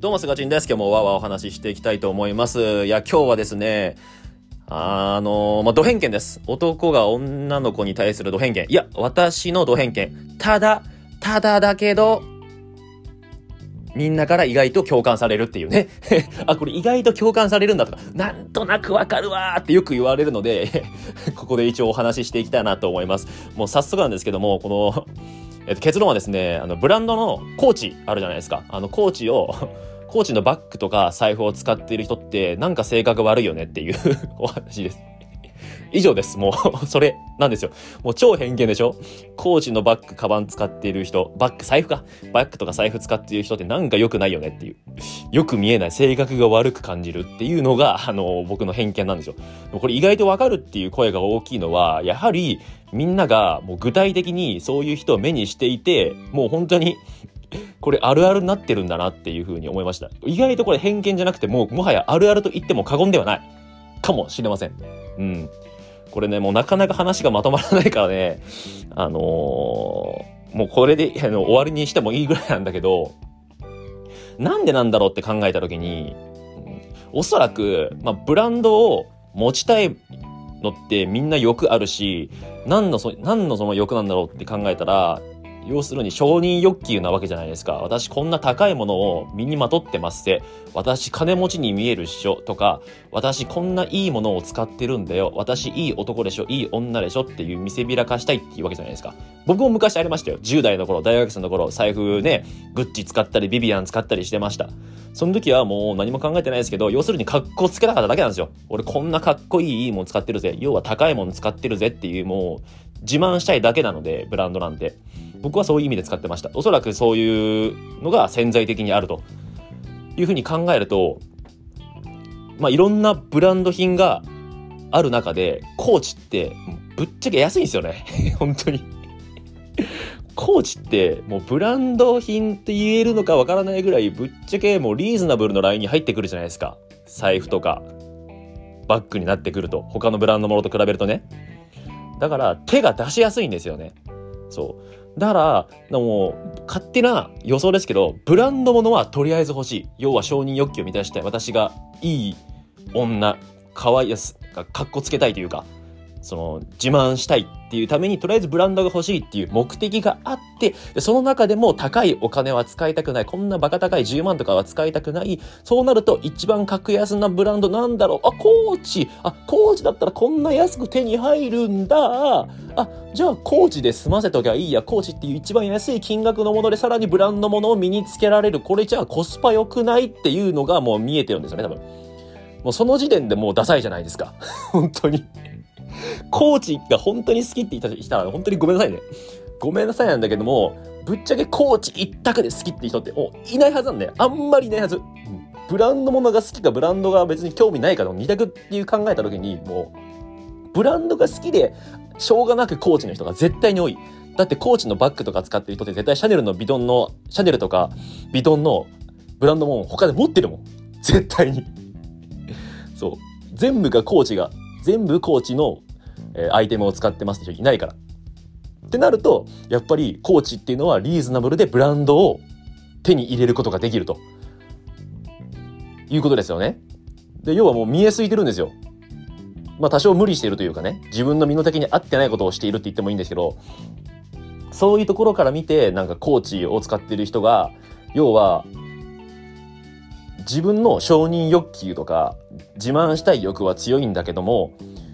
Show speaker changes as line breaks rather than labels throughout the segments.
どうもすがちんです。今日もわーわーお話ししていきたいと思います。いや、今日はですね、ド偏見です。男が女の子に対するド偏見。いや、私のド偏見。ただだけど、みんなから意外と共感されるっていうね。あ、これ意外と共感されるんだとか、なんとなくわかるわーってよく言われるので、ここで一応お話ししていきたいなと思います。もう早速なんですけども、この、結論はですね、ブランドのコーチあるじゃないですか。コーチのバッグとか財布を使っている人ってなんか性格悪いよねっていうお話です。以上です。もうそれなんですよ。もう超偏見でしょ。コーチのバッグ、カバン使っている人、財布とか財布使っている人ってなんか良くないよねっていう。よく見えない、性格が悪く感じるっていうのが僕の偏見なんですよ。これ意外とわかるっていう声が大きいのは、やはりみんながもう具体的にそういう人を目にしていて、もう本当にこれあるあるになってるんだなっていう風に思いました。意外とこれ偏見じゃなくてもはやあるあると言っても過言ではないかもしれません。これね、もうなかなか話がまとまらないからね、もうこれで終わりにしてもいいぐらいなんだけど、なんでなんだろうって考えた時に、おそらく、ブランドを持ちたいのってみんな欲あるし、何のその欲なんだろうって考えたら、要するに承認欲求なわけじゃないですか。私こんな高いものを身にまとってますって。私金持ちに見えるっしょとか、私こんないいものを使ってるんだよ。私いい男でしょ、いい女でしょっていう見せびらかしたいっていうわけじゃないですか。僕も昔ありましたよ。10代の頃、大学生の頃、財布ね、グッチ使ったりビビアン使ったりしてました。その時はもう何も考えてないですけど、要するに格好つけたかっただけなんですよ。俺こんなかっこいいもの使ってるぜ。要は高いもの使ってるぜっていう、もう自慢したいだけなので、ブランドなんて。僕はそういう意味で使ってました。おそらくそういうのが潜在的にあるというふうに考えると、いろんなブランド品がある中で、コーチってぶっちゃけ安いんですよね。本当に。コーチってもうブランド品って言えるのかわからないぐらい、ぶっちゃけもうリーズナブルのラインに入ってくるじゃないですか。財布とかバッグになってくると、他のブランドものと比べるとね。だから手が出しやすいんですよね。そう。だから、もう、勝手な予想ですけど、ブランド物はとりあえず欲しい。要は承認欲求を満たしたい。私がいい女、可愛いやつ、かっこつけたいというか、自慢したいっていうために、とりあえずブランドが欲しいっていう目的があって、でその中でも高いお金は使いたくない。こんなバカ高い10万とかは使いたくない。そうなると、一番格安なブランドなんだろう。コーチだったらこんな安く手に入るんだ。じゃあコーチで済ませときゃいいや。コーチっていう一番安い金額のものでさらにブランドものを身につけられる。これじゃあコスパ良くないっていうのがもう見えてるんですよね、多分。もうその時点でもうダサいじゃないですか。本当に。コーチが本当に好きって言った人は本当にごめんなさいね。ごめんなさいなんだけども、ぶっちゃけコーチ一択で好きって人ってもういないはずなんだよ。あんまりいないはず。ブランドものが好きかブランドが別に興味ないかの二択っていう考えた時に、もうブランドが好きでしょうがなくコーチの人が絶対に多い。だってコーチのバッグとか使ってる人って絶対シャネルとかビトンのブランドも他で持ってるもん。絶対に。そう。全部コーチのアイテムを使ってますって人いないから。ってなると、やっぱりコーチっていうのはリーズナブルでブランドを手に入れることができるということですよね。で、要はもう見えすぎてるんですよ。多少無理しているというかね、自分の身の丈に合ってないことをしているって言ってもいいんですけど、そういうところから見て、なんかコーチを使っている人が、要は自分の承認欲求とか自慢したい欲は強いんだけども、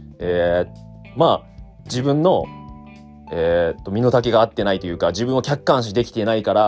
自分の、身の丈が合ってないというか、自分を客観視できてないから、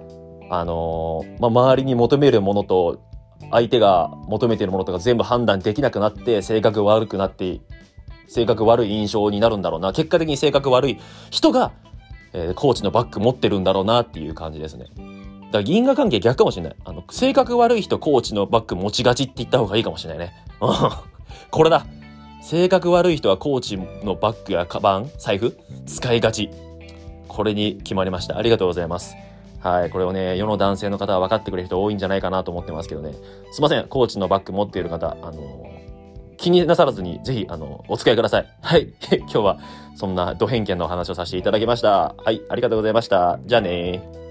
周りに求めるものと相手が求めているものとか全部判断できなくなって、性格悪い印象になるんだろうな。結果的に性格悪い人が、コーチのバッグ持ってるんだろうなっていう感じですね。だから因果関係逆かもしれない。性格悪い人コーチのバッグ持ちがちって言った方がいいかもしれないね。これだ。性格悪い人はコーチのバッグやカバン、財布使いがち。これに決まりました。ありがとうございます。はい、これをね、世の男性の方は分かってくれる人多いんじゃないかなと思ってますけどね。すいません、コーチのバッグ持っている方、気になさらずにぜひお使いください。はい、今日はそんなド偏見のお話をさせていただきました。はい、ありがとうございました。じゃあねー。